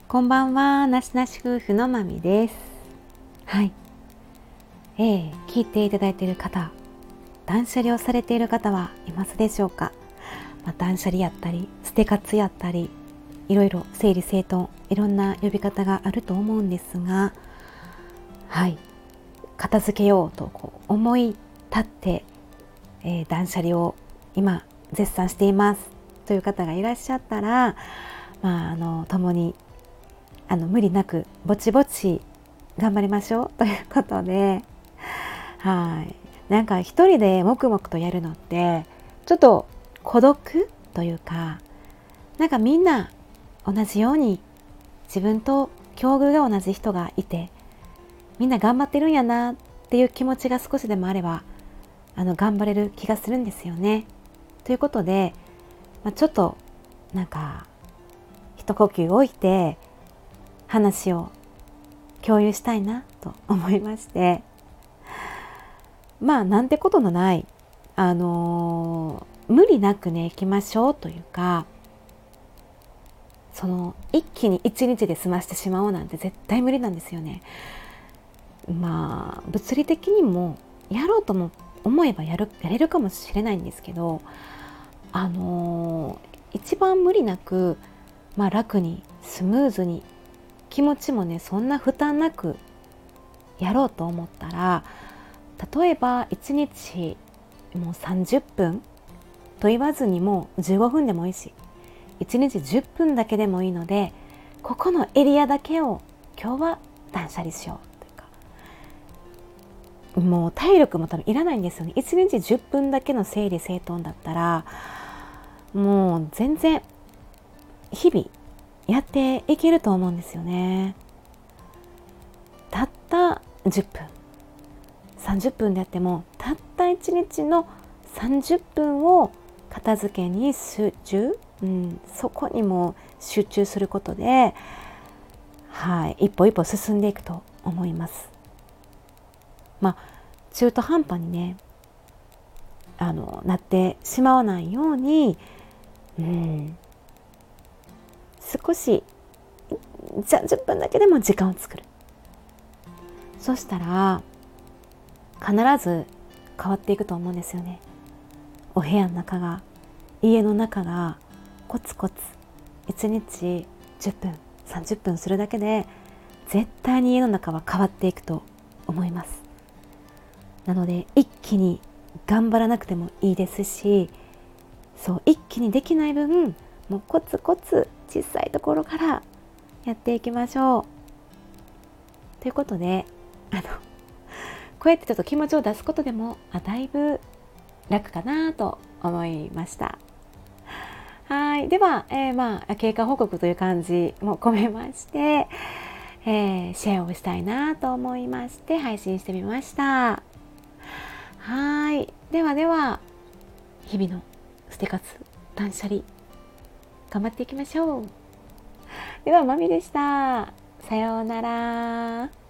こんばんは、なしなし夫婦のまみです。はい、聞いていただいている方、断捨離をされている方はいますでしょうか。断捨離やったり、捨て活やったり、いろいろ整理整頓、いろんな呼び方があると思うんですが、はい、片付けようと思い立って、断捨離を今絶賛していますという方がいらっしゃったら、共に無理なくぼちぼち頑張りましょうということで、なんか一人で黙々とやるのってちょっと孤独というか、なんかみんな同じように自分と境遇が同じ人がいて、みんな頑張ってるんやなっていう気持ちが少しでもあれば頑張れる気がするんですよね。ということで、ちょっとなんか一呼吸置いて話を共有したいなと思いまして、なんてことのない無理なくね行きましょうというか、一気に一日で済ましてしまおうなんて絶対無理なんですよね。物理的にもやろうとも思えばやれるかもしれないんですけど、一番無理なく、楽にスムーズに気持ちもねそんな負担なくやろうと思ったら、例えば1日もう30分と言わずにもう15分でもいいし、1日10分だけでもいいので、ここのエリアだけを今日は断捨離しようというか、もう体力も多分いらないんですよね。1日10分だけの整理整頓だったらもう全然日々やっていけると思うんですよね。たった10分30分であっても、たった1日の30分を片付けに集中、そこにも集中することで、一歩一歩進んでいくと思います。中途半端にねなってしまわないように、少し10分だけでも時間を作る。そしたら必ず変わっていくと思うんですよね。お部屋の中が、家の中がコツコツ1日10分30分するだけで絶対に家の中は変わっていくと思います。なので一気に頑張らなくてもいいですし、一気にできない分もうコツコツ小さいところからやっていきましょうということで、こうやってちょっと気持ちを出すことでもだいぶ楽かなと思いました。では、経過報告という感じも込めまして、シェアをしたいなと思いまして配信してみました。では日々の捨て活断捨離頑張っていきましょう。ではまみでした。さようなら。